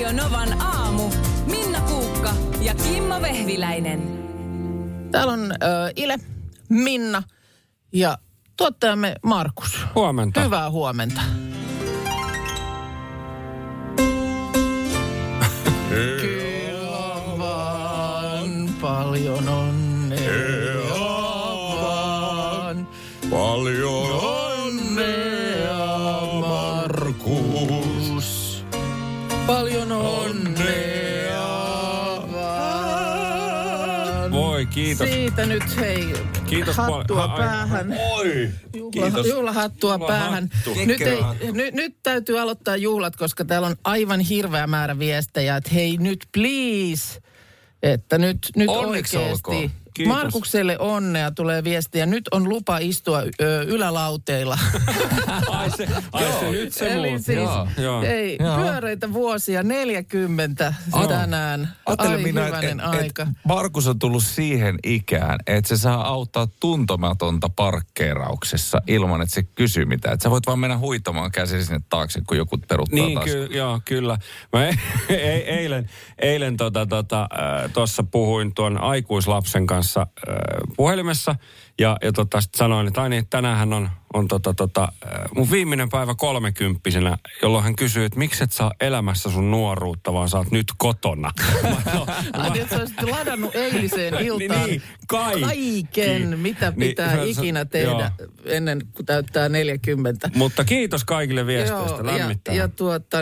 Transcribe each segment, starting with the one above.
Radio Novan aamu. Minna Kuukka ja Kimmo Vehviläinen. Täällä on Ile, Minna ja tuottajamme Markus. Huomenta. Hyvää huomenta. Kyllä vaan paljon onnea vaan. Paljon Onnea, Markus. Paljon onnea vaan. Voi, kiitos. Siitä nyt hei, Kiitos hattua päähän. Oi, kiitos. Juhlahattua päähän. Nyt täytyy aloittaa juhlat, koska täällä on aivan hirveä määrä viestejä, että hei nyt please, että nyt Onneksi oikeasti. olkoon. Kiitos. Markukselle onnea tulee viestiä. Nyt on lupa istua ylälauteilla. Ai se nyt se Eli muutti. siis, Joo. ei, pyöreitä vuosia, 40 tänään. Ajattele Ai minä, hyvänen aika. Markus on tullut siihen ikään, että se saa auttaa tuntematonta parkkeerauksessa ilman, että se kysyy mitään. Että sä voit vaan mennä huitamaan käsi sinne taakse, kun joku peruttaa Niin, taas. kyllä. Mä eilen tuossa puhuin tuon aikuislapsen kanssa puhelimessa ja sit sanoin, että aini, tänäänhän on mun viimeinen päivä 30-vuotiaana, jolloin hän kysyy, että miksi et saa elämässä sun nuoruutta, vaan sä oot nyt kotona. Niin, sä olisit ladannut eiliseen iltaan Niin, kaiken, mitä pitää Niin, ikinä tehdä ennen kuin täyttää 40. Mutta kiitos kaikille viesteistä, lämmittää. Ja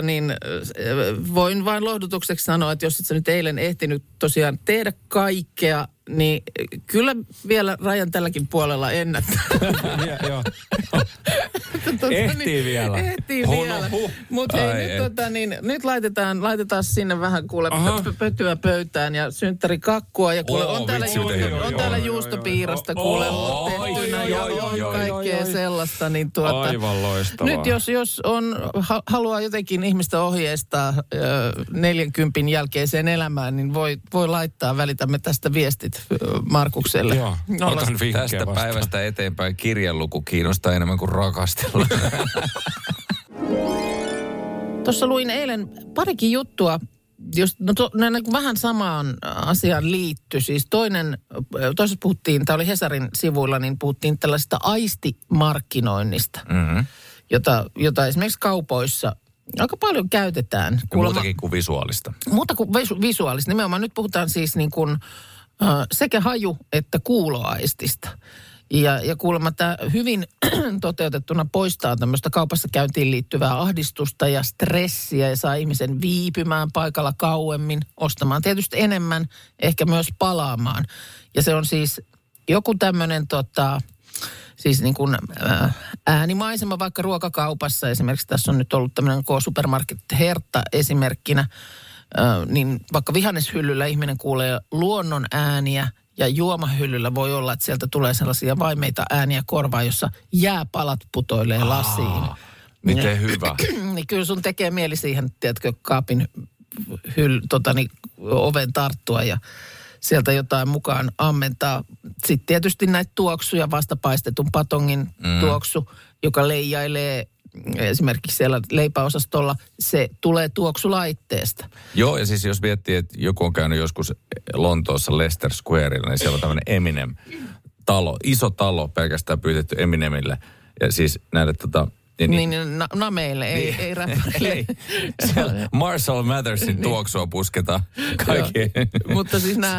voin vain lohdutukseksi sanoa, että jos et sä nyt eilen ehtinyt tosiaan tehdä kaikkea, niin kyllä vielä rajan tälläkin puolella ennättää. Joo. Ehtii vielä. Ehtii vielä. Mutta nyt laitetaan sinne vähän kuule pötyä pöytään ja synttärikakkua ja kuule on täällä juustopiirasta kuule tehtynä ja on kaikkea sellaista. Niin aivan loistavaa. Nyt jos haluaa jotenkin ihmistä ohjeistaa 40 jälkeiseen elämään, niin voi laittaa, välitämme tästä viestit Markukselle. Joo, otan vinkkejä Tästä vastaan. päivästä eteenpäin kirjanluku kiinnostaa enemmän kuin rakastella. Tuossa luin eilen parikin juttua, ne vähän samaan asiaan liittyi. Siis toisessa puhuttiin, tämä oli Hesarin sivuilla, niin puhuttiin tällaisesta aistimarkkinoinnista, jota esimerkiksi kaupoissa aika paljon käytetään. Muutakin kuin visuaalista. Muuta kuin visuaalista. Nimenomaan nyt puhutaan siis niin kuin sekä haju- että kuuloaistista. Ja kuulemma tämä hyvin toteutettuna poistaa tämmöistä kaupassa käyntiin liittyvää ahdistusta ja stressiä ja saa ihmisen viipymään paikalla kauemmin, ostamaan tietysti enemmän, ehkä myös palaamaan. Ja se on siis joku tämmöinen siis niin kuin äänimaisema vaikka ruokakaupassa. Esimerkiksi tässä on nyt ollut tämmöinen K-Supermarket Hertta esimerkkinä. Niin vaikka vihanneshyllyllä ihminen kuulee luonnon ääniä ja juomahyllyllä voi olla, että sieltä tulee sellaisia vaimeita ääniä korvaan, jossa jääpalat putoilee lasiin. Miten hyvä. Niin kyllä sun tekee mieli siihen, tiedätkö, kaapin oven tarttua ja sieltä jotain mukaan ammentaa. Sitten tietysti näitä tuoksuja, vastapaistetun patongin tuoksu, joka leijailee esimerkiksi siellä leipäosastolla, se tulee tuoksulaitteesta. Joo, ja siis jos miettii, että joku on käynyt joskus Lontoossa Leicester Squarella, niin siellä on tämmöinen Eminem-talo, iso talo pelkästään pyytetty Eminemille. Ja siis näille nameille, ei räppäreille. Ei, siellä Marshall Mathersin tuoksua pusketaan kaikkien. Mutta siis nämä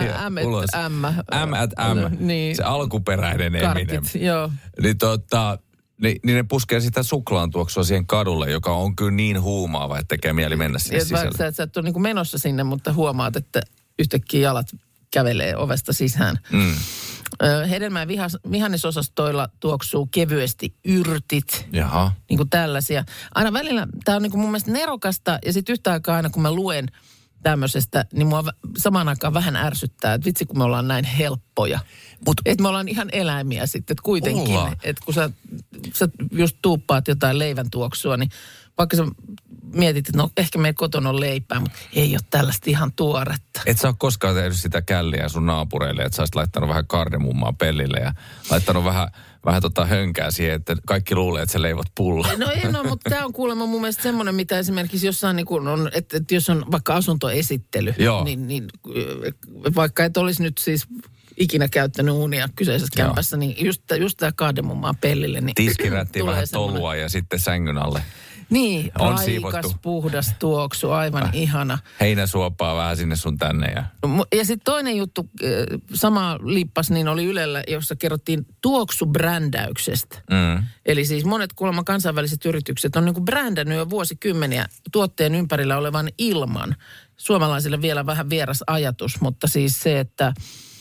M&M. Niin. Se alkuperäinen Eminem. Joo. Niin ne puskee sitä suklaan tuoksua siihen kadulle, joka on kyllä niin huumaava, että tekee mieli mennä sinne sisälle. Sä et ole niin kuin menossa sinne, mutta huomaat, että yhtäkkiä jalat kävelee ovesta sisään. Hedelmä- ja vihannesosastoilla tuoksuu kevyesti yrtit. Jaha. Niin kuin tällaisia. Aina välillä, tämä on niin kuin mun mielestä nerokasta, ja sitten yhtä aikaa aina kun mä luen tämmöisestä, niin mua samaan aikaan vähän ärsyttää, että vitsi kun me ollaan näin helppoja. Että me ollaan ihan eläimiä sitten, että kuitenkin. Että kun sä just tuuppaat jotain leivän tuoksua, niin vaikka sä mietit, että no ehkä meidän kotona on leipää, mutta ei ole tällaista ihan tuoretta. Et sä ole koskaan tehnyt sitä källiä sun naapureille, että sä olisit laittanut vähän kardemummaa pellille ja laittanut vähän hönkää siihen, että kaikki luulee, että sä leivot pulla. No, mutta tämä on kuulemma mun mielestä semmoinen, mitä esimerkiksi jossain niin kuin on, että jos on vaikka asuntoesittely, niin vaikka et olisi nyt siis ikinä käyttänyt unia kyseisessä kämpässä, niin just tämä kardemummaa pellille. Niin tiskirättiin vähän tolua ja sitten sängyn alle. Niin, on raikas, siivottu. Puhdas tuoksu, aivan ihana. Heinäsuopaa vähän sinne sun tänne. Ja sitten toinen juttu, sama lippas, niin oli Ylellä, jossa kerrottiin tuoksubrändäyksestä. Eli siis monet kuulemma kansainväliset yritykset on niin kuin brändännyt jo vuosikymmeniä tuotteen ympärillä olevan ilman. Suomalaisille vielä vähän vieras ajatus, mutta siis se, että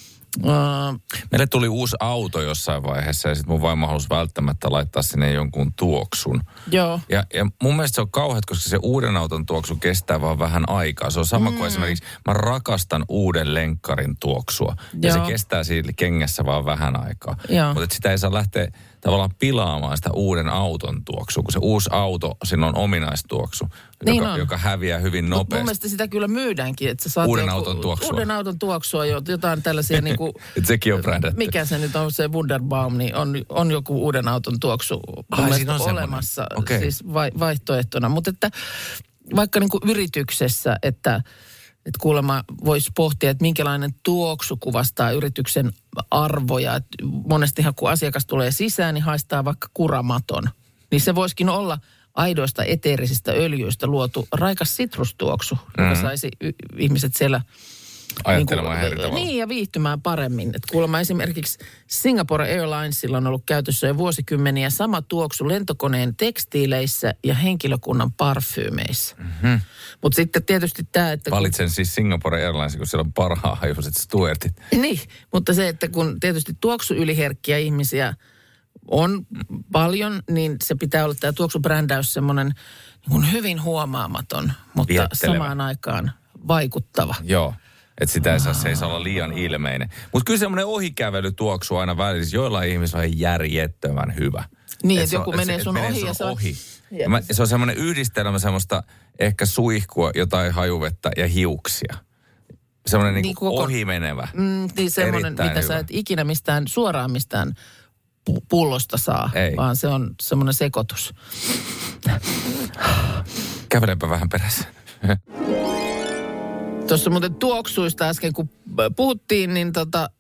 meille tuli uusi auto jossain vaiheessa ja sitten mun vaimo halusi välttämättä laittaa sinne jonkun tuoksun. Joo. Ja mun mielestä se on kauheat, koska se uuden auton tuoksu kestää vaan vähän aikaa. Se on sama kuin esimerkiksi, mä rakastan uuden lenkkarin tuoksua. Ja se kestää siinä kengässä vaan vähän aikaa. Mutta sitä ei saa lähteä tavallaan pilaamaan sitä uuden auton tuoksua, kun se uusi auto, siinä on ominaistuoksu, joka häviää hyvin nopeasti. Mun mielestä sitä kyllä myydäänkin, että sä saat uuden auton tuoksua, jotain tällaisia niinku sekin on brändätty. Mikä se nyt on, se Wunderbaum, niin on joku uuden auton tuoksu olemassa siis vaihtoehtona. Mutta että vaikka niinku yrityksessä, että kuulemma voisi pohtia, että minkälainen tuoksu kuvastaa yrityksen arvoja. Et monestihan kun asiakas tulee sisään, niin haistaa vaikka kuramaton. Niin se voisikin olla aidoista eteerisistä öljyistä luotu raikas sitrustuoksu, joka saisi ihmiset siellä ajattelemaan eri tavalla. Niin, ja viihtymään paremmin. Et kuulemma esimerkiksi Singapore Airlinesilla on ollut käytössä jo vuosikymmeniä sama tuoksu lentokoneen tekstiileissä ja henkilökunnan parfyymeissä. Mutta sitten tietysti tämä, että valitsen siis Singapore Airlines, kun siellä on parhaahjuiset stuertit. Niin, mutta se, että kun tietysti tuoksuyliherkkiä ihmisiä on paljon, niin se pitää olla tämä tuoksubrändäys semmoinen niin hyvin huomaamaton, mutta samaan aikaan vaikuttava. Joo. Että sitä se ei saa olla liian ilmeinen. Mutta kyllä semmoinen ohikävely tuoksuu aina välissä. Joillain ihmisillä on järjettömän hyvä. Niin, että joku menee sun ohi ja ohi. Se on semmoinen yhdistelmä semmoista ehkä suihkua, jotain hajuvettä ja hiuksia. Semmoinen niin ohimenevä. Niin semmoinen, mitä hyvä. Sä et ikinä suoraan mistään pullosta saa, vaan se on semmoinen sekoitus. Kävelenpä vähän perässä. Tuossa muuten tuoksuista äsken, kun puhuttiin, niin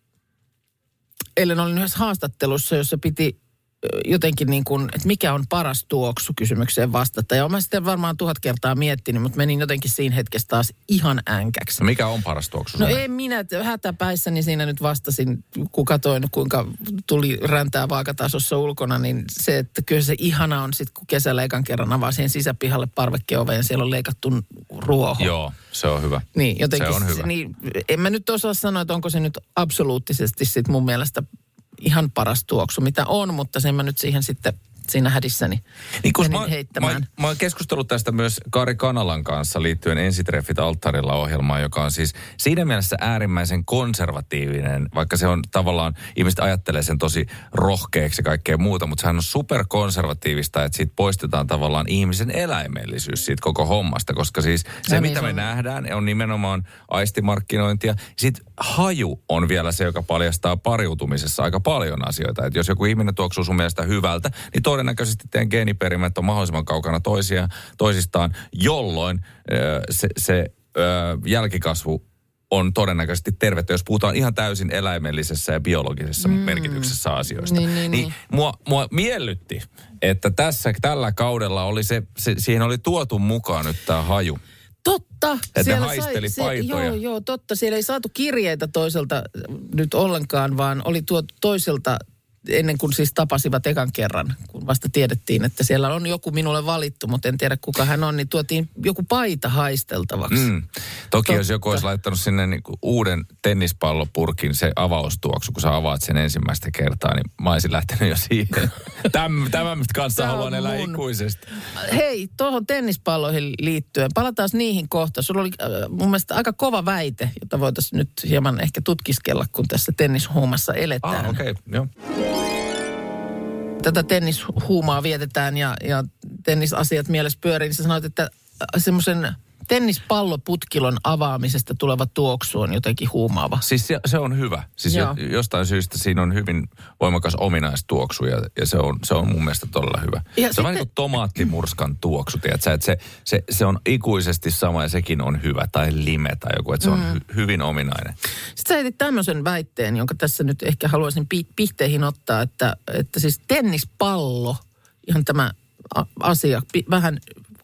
eilen olin yhdessä haastattelussa, jossa piti jotenkin niin kuin, että mikä on paras tuoksu kysymykseen vastata. Ja olen sitten varmaan 1000 kertaa miettinyt, mutta menin jotenkin siinä hetkessä taas ihan änkäksi. No mikä on paras tuoksu? No ei minä, hätäpäissäni siinä nyt vastasin, kun katsoin, kuinka tuli räntää vaakatasossa ulkona, niin se, että kyllä se ihana on sitten, kun kesällä ekan kerran avaa siihen sisäpihalle parvekkeoven ja siellä on leikattu ruoho. Joo, se on hyvä. Niin, jotenkin, se on hyvä. Niin, en mä nyt osaa sanoa, että onko se nyt absoluuttisesti sitten mun mielestä ihan paras tuoksu, mitä on, mutta sen mä nyt siihen sitten siinä hädissäni menin heittämään. Mä oon keskustellut tästä myös Kari Kanalan kanssa liittyen Ensitreffit alttarilla -ohjelmaan, joka on siis siinä mielessä äärimmäisen konservatiivinen, vaikka se on tavallaan, ihmiset ajattelee sen tosi rohkeaksi ja kaikkea muuta, mutta sehän on superkonservatiivista, että siitä poistetaan tavallaan ihmisen eläimellisyys siitä koko hommasta, koska siis se, mitä me nähdään, on nimenomaan aistimarkkinointia. Sitten haju on vielä se, joka paljastaa pariutumisessa aika paljon asioita. Että jos joku ihminen tuoksuu sun mielestä hyvältä, niin todennäköisesti teidän geeniperimät on mahdollisimman kaukana toisistaan, jolloin se jälkikasvu on todennäköisesti tervettä, jos puhutaan ihan täysin eläimellisessä ja biologisessa merkityksessä asioista. Niin. Mua miellytti, että tällä kaudella oli siihen oli tuotu mukaan nyt tämä haju. Totta. Että siellä haisteli paitoja. Joo, totta. Siellä ei saatu kirjeitä toiselta nyt ollenkaan, vaan oli tuotu toiselta ennen kuin siis tapasivat ekan kerran, kun vasta tiedettiin, että siellä on joku minulle valittu, mutta en tiedä kuka hän on, niin tuotiin joku paita haisteltavaksi. Toki jos joku olisi laittanut sinne niin kuin uuden tennispallopurkin se avaustuoksu, kun sä avaat sen ensimmäistä kertaa, niin mä olisin lähtenyt jo siihen. Tämän kanssa haluan elää ikuisesti. Hei, tuohon tennispalloihin liittyen, palataan niihin kohta. Sulla oli mun mielestä aika kova väite, jota voitaisiin nyt hieman ehkä tutkiskella, kun tässä tennishuumassa eletään. Okei, joo. Tätä tennishuumaa vietetään ja tennisasiat mielessä pyörii, niin sä sanoit, että semmoisen tennispalloputkilon avaamisesta tuleva tuoksu on jotenkin huumaava. Siis se on hyvä. Siis jostain syystä siinä on hyvin voimakas ominaistuoksu ja se on mun mielestä todella hyvä. Ja se on vähän niin kuin tomaattimurskan tuoksu, tiedätkö? Että se on ikuisesti sama ja sekin on hyvä. Tai lime tai joku, että se on hyvin ominainen. Sitten sä etit tämmöisen väitteen, jonka tässä nyt ehkä haluaisin pihteihin ottaa, että siis tennispallo, ihan tämä asia, vähän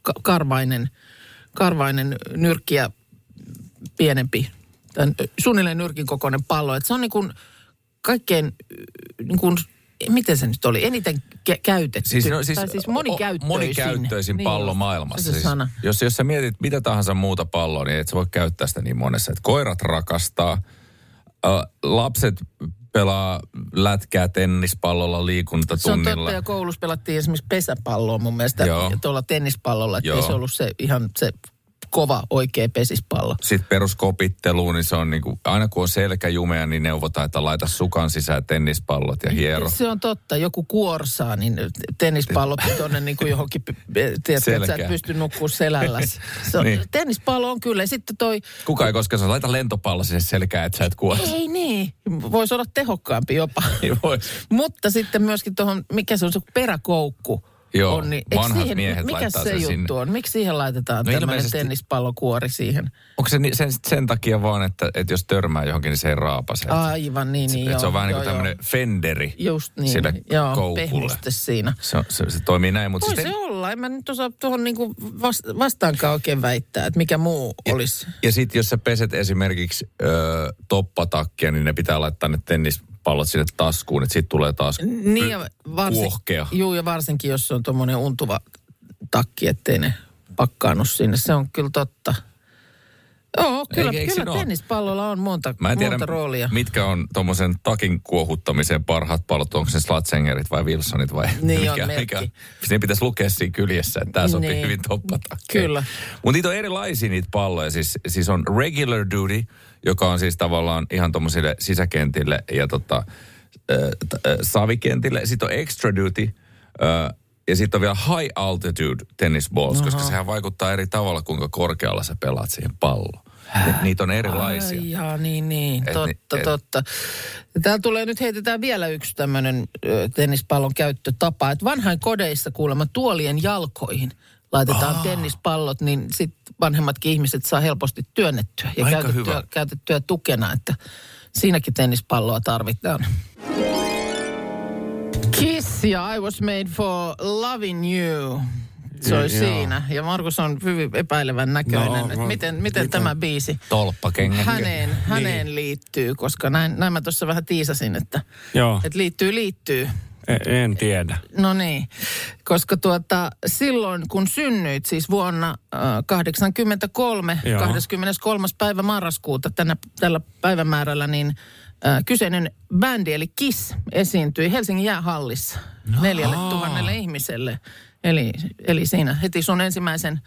karvainen nyrkkiä pienempi, suunnilleen nyrkin kokoinen pallo. Että se on niin kuin kaikkein, niin kuin, miten se nyt oli, eniten käytetty. Siis monikäyttöisin pallo maailmassa. Se sana. Jos sä mietit mitä tahansa muuta palloa, niin et sä voi käyttää sitä niin monessa. Et koirat rakastaa, lapset pelaa lätkää tennispallolla liikuntatunnilla. Se on totta, ja koulussa pelattiin esimerkiksi pesäpalloa mun mielestä tuolla tennispallolla, että ei se ollut se ihan se kova oikea pesispallo. Sitten peruskopitteluun, niin se on niin kuin, aina kun on selkäjumea, niin neuvotaan, että laita sukan sisään tennispallot ja hiero. Se on totta, joku kuorsaa, niin tennispallo tuonne niin kuin johonkin, tiedätkö, että sä et pysty nukkuu selälläsi. Niin. Tennispallo on kyllä, ja sitten toi... Kuka ei koskaan saa, laita lentopallo sinne selkään, että sä et kuorsaa. Ei niin, voisi olla tehokkaampi jopa. Mutta sitten myöskin tuohon, mikä se on se peräkoukku. Joo, on, niin, vanhat miehet mikä laittaa se sen juttu sinne. On? Miksi siihen laitetaan tämmöinen tennispallokuori siihen? Onko se sen takia vaan, että jos törmää johonkin, niin se ei raapase? Aivan, niin joo. Se on vähän niin kuin tämmöinen fenderi sille koukulle. Pehmuste siinä. Se toimii näin, mutta... Voi se olla, en mä nyt osaa tuohon niinku vastaankaan oikein väittää, että mikä muu olisi. Ja sitten jos sä peset esimerkiksi toppatakkia, niin ne pitää laittaa ne tennispallot sinne taskuun, että siitä tulee taas kuohkea. Juu, ja varsinkin jos on tuommoinen untuva takki, ettei ne pakkaannu sinne. Se on kyllä totta. Joo, kyllä tennispallolla on monta roolia. Mitkä on tuommoisen takin kuohuttamiseen parhaat pallot, onko se Slatsengerit vai Wilsonit vai niin mikä? Siinä pitäisi lukea siinä kyljessä, että tämä sopii hyvin toppatakkiin. Kyllä. Mutta niitä on erilaisia niitä palloja. Siis on regular duty, joka on siis tavallaan ihan tuommoisille sisäkentille ja savikentille. Sitten on extra duty ja sitten on vielä high altitude tennis balls, koska sehän vaikuttaa eri tavalla, kuinka korkealla sä pelaat siihen palloon. Niitä on erilaisia. Niin. Totta. Ja täällä tulee nyt, heitetään vielä yksi tämmöinen tennispallon käyttötapa, että vanhain kodeissa kuulemma tuolien jalkoihin laitetaan tennispallot, niin sitten vanhemmatkin ihmiset saa helposti työnnettyä ja käytettyä tukena, että siinäkin tennispalloa tarvitaan. Kiss ja I was made for loving you. Se on siinä. Ja Markus on hyvin epäilevän näköinen, että miten tämä biisi häneen liittyy, koska näin mä tuossa vähän tiisasin, että liittyy. En tiedä. No niin, koska silloin kun synnyit, siis vuonna 1983, 23. päivä marraskuuta tällä päivämäärällä, niin kyseinen bändi eli Kiss esiintyi Helsingin jäähallissa 4,000 ihmiselle. Eli siinä heti sun ensimmäisen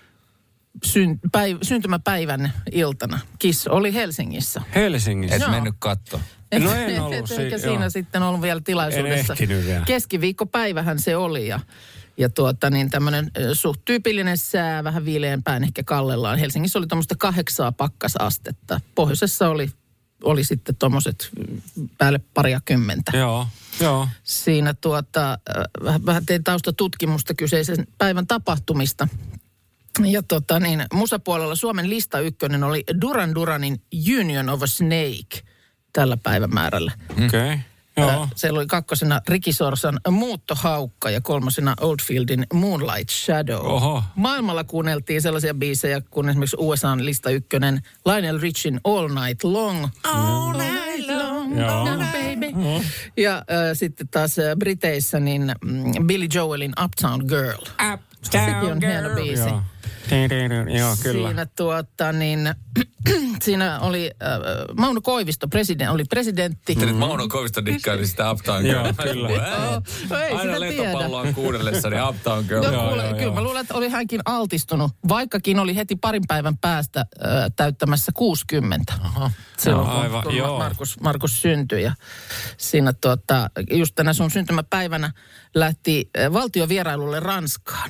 syntymäpäivän iltana Kiss oli Helsingissä. Et mennyt katto. No en ollut. Eikä siinä sitten ollut vielä tilaisuudessa. En ehtinyt vielä. Keskiviikkopäivähän se oli ja tämmöinen suht tyypillinen sää, vähän viileämpään ehkä kallellaan. Helsingissä oli tuommoista 8 pakkasastetta. Pohjoisessa oli sitten tuommoiset päälle 20. Joo. Siinä vähän tein taustatutkimusta kyseisen päivän tapahtumista. Ja musapuolella Suomen lista 1 oli Duran Duranin Union of a Snake tällä päivämäärällä. Okei. Joo. Siellä oli 2. Ricky Sorsan Muuttohaukka ja 3. Oldfieldin Moonlight Shadow. Oho. Maailmalla kuunneltiin sellaisia biisejä kuin esimerkiksi USA:n lista 1 Lionel Richin All Night Long. All night long, baby. Ja sitten taas Briteissä niin Billy Joelin Uptown Girl. Sekin on hieno biisi. Joo, kyllä. Siinä siinä oli Mauno Koivisto oli presidentti. Mauno Koivisto dikkaili sitä Uptown Girl. Joo, kyllä. Aina lentopalloa kuunnellessa, niin Uptown Girl. Kyllä mä luulen, että oli hänkin altistunut, vaikkakin oli heti parin päivän päästä täyttämässä 60. Silloin kun Markus syntyi. Ja siinä just tänä sun syntymäpäivänä lähti valtiovierailulle Ranskaan.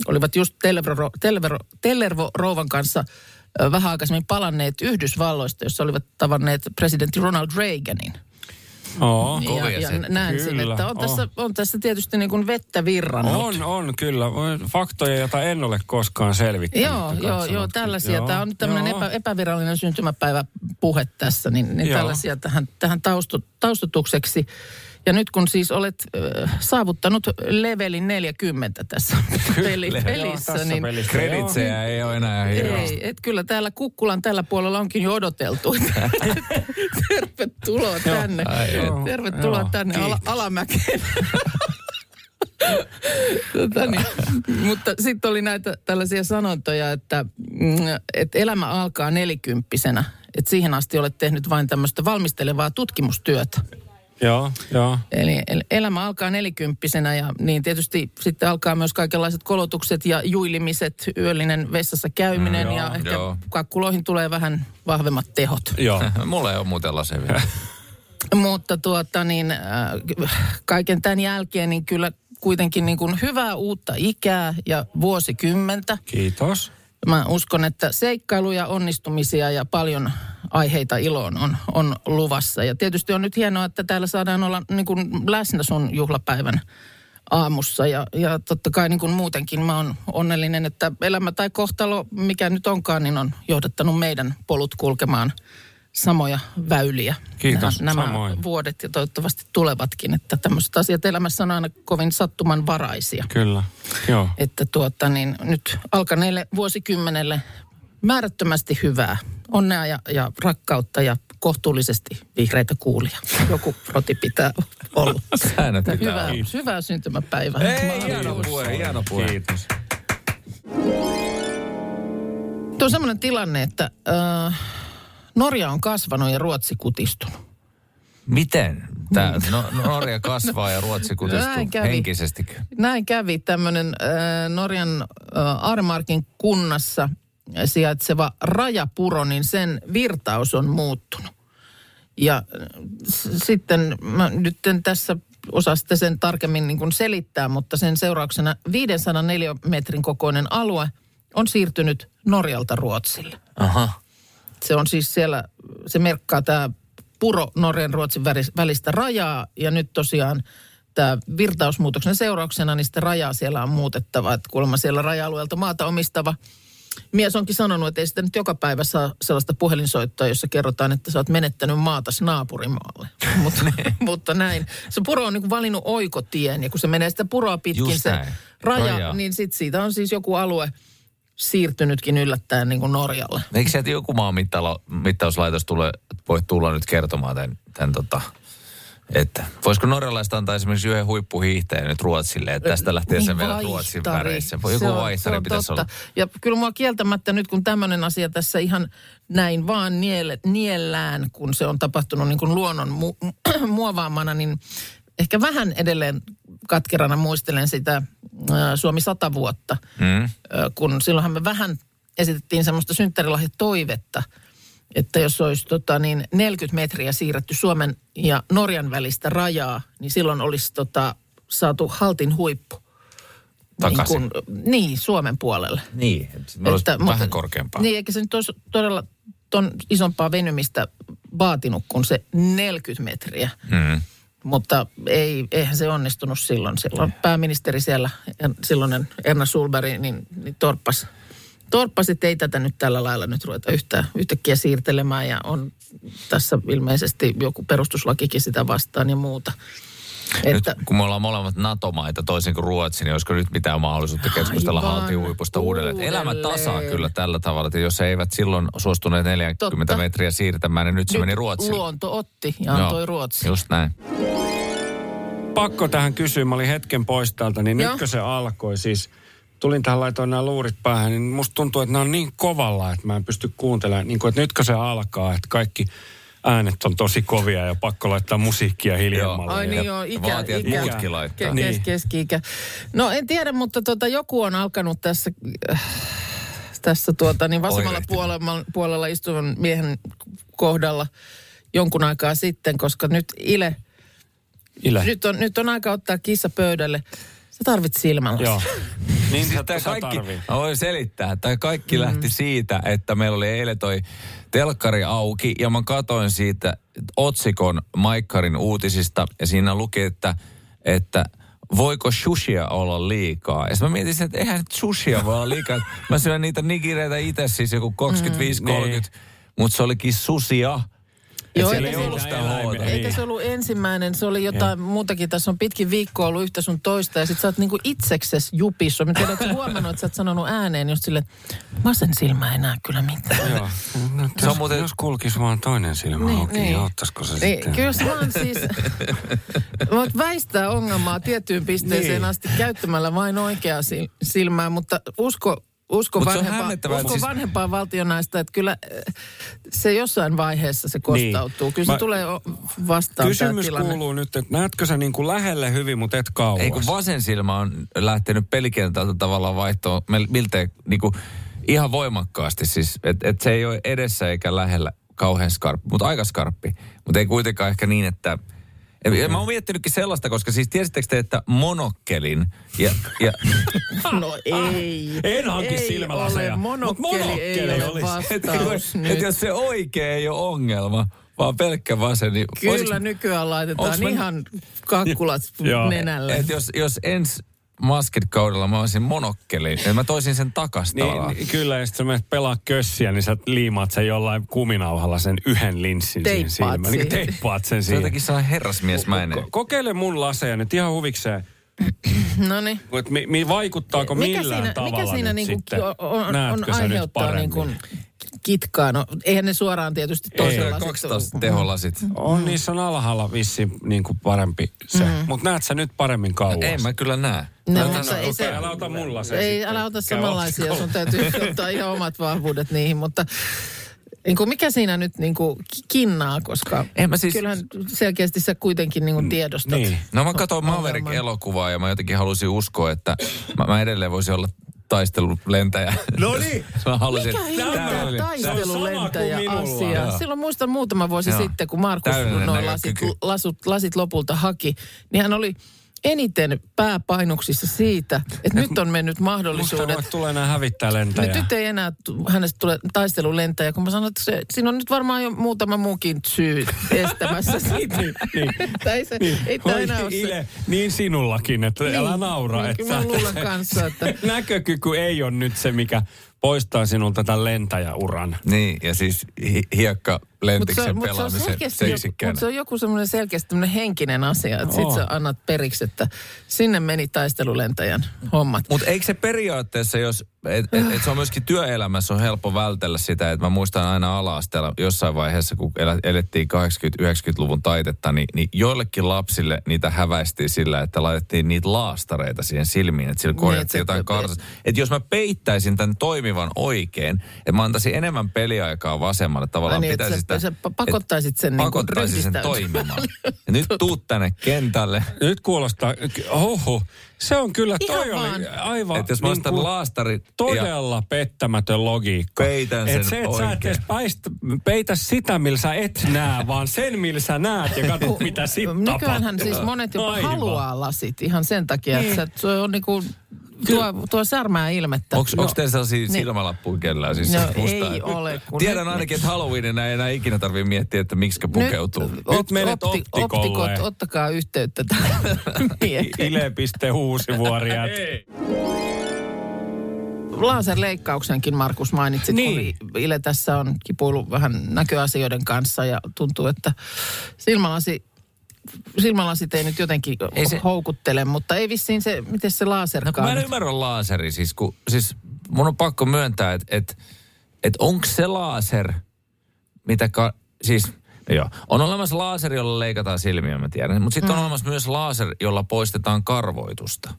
olivat just Tellervo rouvan kanssa vähän aikaisemmin palanneet Yhdysvalloista, jossa olivat tavanneet presidentti Ronald Reaganin. Ja näen sen, että on tässä tietysti niin kuin vettä virrannut. On kyllä. Faktoja, joita en ole koskaan selvittänyt. Joo, tällaisia. Tämä on nyt tämmöinen epävirallinen syntymäpäiväpuhe tässä, niin tällaisia tähän taustatukseksi. Ja nyt kun siis olet saavuttanut levelin 40 tässä pelissä, niin kreditsejä ei ole enää hirveästi. Ei, että kyllä täällä Kukkulan tällä puolella onkin jo odoteltu. Tervetuloa tänne. Tervetuloa tänne Alamäkeen. Mutta sitten oli näitä tällaisia sanontoja, että elämä alkaa 40-vuotiaana. Että siihen asti olet tehnyt vain tämmöistä valmistelevaa tutkimustyötä. Joo. Eli elämä alkaa 40-vuotiaana ja niin tietysti sitten alkaa myös kaikenlaiset kolotukset ja juilimiset, yöllinen vessassa käyminen ja ehkä kakkuloihin tulee vähän vahvemmat tehot. Joo, mulla ei ole muuten laseja vielä. Mutta kaiken tämän jälkeen niin kyllä kuitenkin niin kuin hyvää uutta ikää ja vuosikymmentä. Kiitos. Mä uskon, että seikkailuja, onnistumisia ja paljon aiheita iloon on luvassa. Ja tietysti on nyt hienoa, että täällä saadaan olla niin kuin läsnä sun juhlapäivän aamussa. Ja totta kai niin kuin muutenkin mä oon onnellinen, että elämä tai kohtalo, mikä nyt onkaan, niin on johdattanut meidän polut kulkemaan samoja väyliä. Kiitos, nämä samoin. Vuodet ja toivottavasti tulevatkin, että tämmöiset asiat elämässä on aina kovin sattumanvaraisia. Kyllä, joo. Että nyt alkaneelle vuosikymmenelle määrättömästi hyvää onnea ja rakkautta ja kohtuullisesti vihreitä kuulia. Joku roti pitää olla. Säännöt pitää olla. Hyvää syntymäpäivää. Hieno puhe. Kiitos. Tuo on semmoinen tilanne, että Norja on kasvanut ja Ruotsi kutistunut. Miten? Norja kasvaa ja Ruotsi kutistuu henkisesti. Näin kävi tämmöinen Norjan Armarkin kunnassa sijaitseva rajapuro, niin sen virtaus on muuttunut. Ja sitten mä nyt en tässä osaa sitä sen tarkemmin niin kuin selittää, mutta sen seurauksena 500 neliömetrin kokoinen alue on siirtynyt Norjalta Ruotsille. Aha. Se on siis siellä, se merkkaa tämä puro Norjan Ruotsin välistä rajaa ja nyt tosiaan tämä virtausmuutoksen seurauksena niin sitä rajaa siellä on muutettava. Että kuulemma siellä raja-alueelta maata omistava mies onkin sanonut, että ei sitä nyt joka päivä saa sellaista puhelinsoittoa, jossa kerrotaan, että sä oot menettänyt maatas naapurimaalle. Mutta näin. Se puro on niin kuin valinnut oikotien ja kun se menee sitä puroa pitkin just se raja, niin sitten siitä on siis joku alue siirtynytkin yllättäen niin kuin Norjalle. Eikö sieltä joku maanmittauslaitos voi tulla nyt kertomaan tämän että voisiko norjalaiset antaa esimerkiksi yhden huippuhiihtäjän nyt Ruotsille, että tästä lähtee niin sen vielä Ruotsin väreissä. Joku vaihtari pitäisi olla. Ja kyllä mua kieltämättä nyt, kun tämmöinen asia tässä ihan näin vaan niellään, kun se on tapahtunut niin kuin luonnon muovaamana, niin ehkä vähän edelleen katkerana muistelen sitä Suomi 100 vuotta, kun silloinhan me vähän esitettiin semmoista synttärilahjatoivetta, että jos olisi 40 metriä siirretty Suomen ja Norjan välistä rajaa, niin silloin olisi saatu Haltin huippu. Takaisin. Niin, Suomen puolelle. Niin, että vähän korkeampaa. Niin, eikä se nyt olisi todella ton isompaa venymistä vaatinut kuin se 40 metriä. Mutta eihän se onnistunut silloin. Silloin pääministeri siellä, silloinen Erna Solberg, niin torppasi, että ei tätä nyt tällä lailla nyt ruveta yhtäkkiä siirtelemään ja on tässä ilmeisesti joku perustuslakikin sitä vastaan ja muuta. Nyt kun me ollaan molemmat NATO-maita toisin kuin Ruotsi, niin olisiko nyt mitään mahdollisuutta keskustella Haltin huipusta uudelleen? Elämä tasaa kyllä tällä tavalla, että jos eivät silloin suostuneet 40 metriä siirtämään, niin nyt se meni Ruotsille. Luonto otti ja antoi Ruotsiin. Just näin. Pakko tähän kysyä, mä olin hetken pois täältä, niin nytkö se alkoi siis? Tulin tähän, laitoin nämä luurit päähän, niin musta tuntuu, että nämä on niin kovalla, että mä en pysty kuuntelemaan. Niin kuin, että nytkö se alkaa, että kaikki äänet on tosi kovia ja pakko laittaa musiikkia hiljemmalle. Ai niin joo, muutkin laittaa. Keski-ikä. No en tiedä, mutta joku on alkanut tässä niin vasemmalla puolella istuvan miehen kohdalla jonkun aikaa sitten, koska nyt Ile. Nyt on aika ottaa kissa pöydälle. Sä tarvit silmälasia. Joo. Niin Siis tää kaikki, mä voin selittää. Tämä kaikki lähti siitä, että meillä oli eilen toi telkkari auki ja mä katoin siitä otsikon Maikkarin uutisista ja siinä luki, että voiko sushia olla liikaa? Ja sitten mä mietin, että eihän sushia voi olla liikaa. Mä syön niitä nigireitä itse siis joku 25-30, mutta se olikin susia. Joo, eikä se ollut ensimmäinen, se oli jotain muutakin. Tässä on pitkin viikkoa ollut yhtä sun toista ja sit sä oot niinku itsekses jupissa. Mä tiedän, että huomannut, että sä oot sanonut ääneen just silleen, vasen silmä ei näe kyllä mitään. Joo. No, jos kulkisi vaan toinen silmä auki, niin ottaisiko se sitten? Kyllä se vaan siis, voit väistää ongelmaa tiettyyn pisteeseen asti käyttämällä vain oikeaa silmää, mutta usko vanhempaa valtionaista, että kyllä se jossain vaiheessa se kostautuu. Niin. Kyllä se tulee vastaan kysymys kuuluu nyt, että näetkö sä niin kuin lähelle hyvin, mutta et kauas? Ei kun vasen silmä on lähtenyt pelikentältä tavallaan vaihtoon miltei niin kuin ihan voimakkaasti. Siis, että se ei ole edessä eikä lähellä kauhean skarppi, mutta aika skarppi. Mutta ei kuitenkaan ehkä niin, että... Mä oon miettinytkin sellaista, koska siis tiesittekö te, että monokkelin ja... No ei. En hanki silmälaseja. Monokkeli ei ole vastaus nyt. Että jos se oikea ei ole ongelma, vaan pelkkä vasen, niin... Kyllä nykyään laitetaan ihan kakkulat nenälle. Että jos ensi Masked-kaudella mä olisin monokkeli, ja mä toisin sen takas tavallaan. Niin, kyllä, ja sitten sä menet pelaa kössiä, niin sä liimaat sen jollain kuminauhalla sen yhden linssin siihen silmään. Niin teippaat sen siihen. Se jotenkin saa herrasmiesmäinen. Kokeile mun laseja nyt ihan huvikseen. Noniin. Vaikuttaako millään tavalla mikä siinä nyt niinku sitten? On aiheuttaa niinku kitkaa? No eihän ne suoraan tietysti toisella lasit. 12 teholasit. On niissä on alhaalla vissiin niinku parempi se. Mutta näet sä nyt paremmin kauas? Ei mä kyllä näe. Älä ota mun laseja. Ei, älä ota samanlaisia. Sun täytyy ottaa ihan omat vahvuudet niihin, mutta... Niin mikä siinä nyt niin kinnaa, koska kyllähän selkeästi sä kuitenkin niin tiedostat. Niin. No mä katsoin Maverick-elokuvaa ja mä jotenkin halusin uskoa, että mä edelleen voisin olla taistelulentäjä. No niin! Mikä hinta taistelulentäjä asia? Silloin muistan muutama vuosi sitten, kun Markus noin lasit lopulta haki, niin hän oli... eniten pääpainoksissa siitä, että nyt on mennyt mahdollisuudet. Musta tulee enää hävittää lentäjää. Nyt ei enää hänestä tule taistelulentäjä, kun mä sanon, että siinä on nyt varmaan jo muutama muukin syy estämässä siitä. Ei tämä enää ole se. Niin sinullakin, että älä naura. Niin, mä luulen kanssa, että... Näkökyky ei ole nyt se, mikä poistaa sinulta tämän lentäjäuran. Niin, ja siis hiekkalentiksen pelaamisen seksikkäänä. Mutta se on joku semmoinen selkeästi tämmöinen henkinen asia, että sit sä annat periksi, että sinne meni taistelulentäjän hommat. Mutta eikö se periaatteessa, jos se on myöskin työelämässä on helppo vältellä sitä, että mä muistan aina ala-asteella jossain vaiheessa, kun elettiin 80-90-luvun taitetta, niin joillekin lapsille niitä häväistiin sillä, että laitettiin niitä laastareita siihen silmiin, että sillä korjattiin jotain karsasta. Että jos mä peittäisin tämän toimivan oikein, että mä antaisin enemmän peliaikaa vasemmalle, tavallaan pitäisi sitä... Sä pakottaisit sen pakottaisin sen toimimaan. Ja nyt tuut tänne kentälle. Nyt kuulostaa... Se on kyllä, toi oli aivan... Että jos mä ostan laastarit... Todella pettämätön logiikka. Peitän sen oikein. Että sä et peitä sitä, millä sä et näe, vaan sen, millä sä näet ja katsot, mitä sit tapahtuu. Nykyäänhän siis monet jopa haluaa lasit ihan sen takia, että se on niinku... Tuo särmää ilmettä. Onko teillä sellaisia silmälappuja kellään? Siis ei ole. Tiedän ainakin, että Halloweenina ei enää ikinä tarvitse miettiä, että miksikä pukeutuu. Nyt menet optikolle. Optikot, ottakaa yhteyttä tähän mieheen. Ile.Huusivuori. Laserleikkauksenkin Markus mainitsit, niin. Kun Ile tässä on kipuillut vähän näköasioiden kanssa ja tuntuu, että silmälasit ei nyt jotenkin houkuttele, mutta ei vissiin se, miten se laserkaan. Mä en ymmärrä laaseri, siis mun on pakko myöntää, että onko se laser, on olemassa laaseri, jolla leikataan silmiä, mä tiedän, mutta sitten on olemassa myös laser, jolla poistetaan karvoitusta.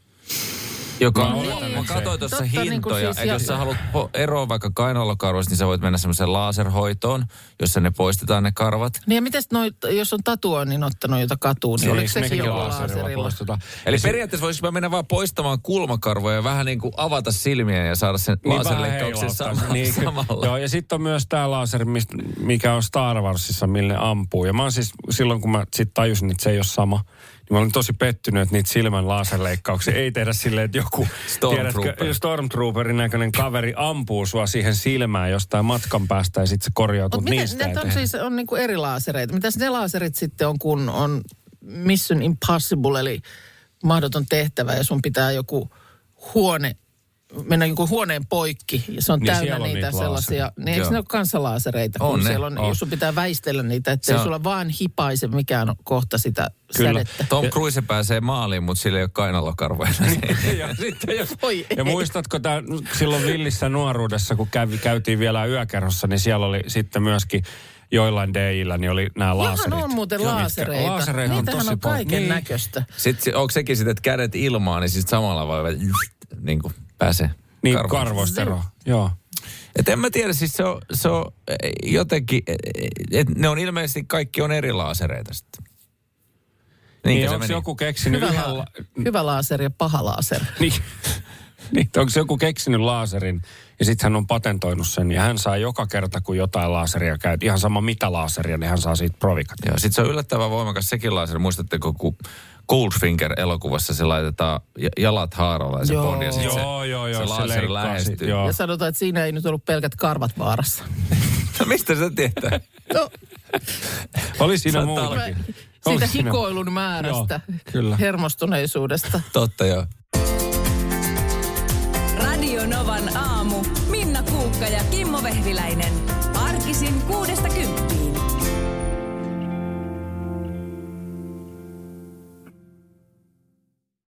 Mä katsoin tuossa hintoja, että jos sä haluat eroa vaikka kainalokarvoista, niin sä voit mennä semmoiseen laserhoitoon, jossa ne poistetaan ne karvat. Niin ja mites jos on tatuoinnin ottanut jota katuu, niin oliko sekin jo laserilla? Eli periaatteessa voisinko mä mennä vaan poistamaan kulmakarvoja ja vähän niin kuin avata silmiä ja saada sen laserleikkauksen samalla. Joo, ja sitten on myös tää laser, mikä on Star Warsissa, millä ne ampuu. Ja mä oon siis, silloin kun mä sit tajusin, että se ei ole sama, mä olin tosi pettynyt, että niitä silmän laserleikkauksia ei tehdä silleen, että joku Stormtrooperin näköinen kaveri ampuu sua siihen silmään jostain matkan päästä ja sitten se korjautuu niistä eteen. On siis on niinku eri laasereita. Mitäs ne laaserit sitten on, kun on Mission Impossible, eli mahdoton tehtävä ja sun pitää mennä joku huoneen poikki ja se on niin täynnä niitä sellaisia. Niin eikö ne ole kansalaasereita? On ne. Jos sun pitää väistellä niitä, ettei sulla vaan hipaise mikään kohta sitä sädettä. Tom Cruise pääsee maaliin, mutta sillä ei ole kainalokarvoja. Ja muistatko silloin villissä nuoruudessa, kun käytiin vielä yökerhossa, niin siellä oli sitten myöskin joillain DJillä niin oli nämä laaserit. Johan on muuten laasereita. Laasereita on tosi on kaiken näköistä. Sitten onko sekin sitten, että kädet ilmaan, niin sitten samalla voi niin kuin pääsee karvoista eroon. Joo. Et en mä tiedä, siis se on jotenkin, että ne on ilmeisesti kaikki on eri laasereita sitten. Niin onko joku keksinyt hyvä laaseri ja paha laaseri. Niin, onko joku keksinyt laaserin ja sitten hän on patentoinut sen ja hän saa joka kerta, kun jotain laaseria käy, ihan sama mitä laaseria, niin hän saa siitä provikat. Joo, sitten se on yllättävän voimakas sekin laaseri. Muistatteko, kun Goldfinger-elokuvassa se laitetaan jalat haaralla ja se bond ja sitten se laaseri lähestyy. Ja sanotaan, että siinä ei nyt ollut pelkät karvat vaarassa. Mistä sä tietää? No, oli siinä muutakin. Siitä hikoilun määrästä, hermostuneisuudesta. Totta, joo. Radio Novan aamu. Minna Kuukka ja Kimmo Vehviläinen. Arkisin 6–10.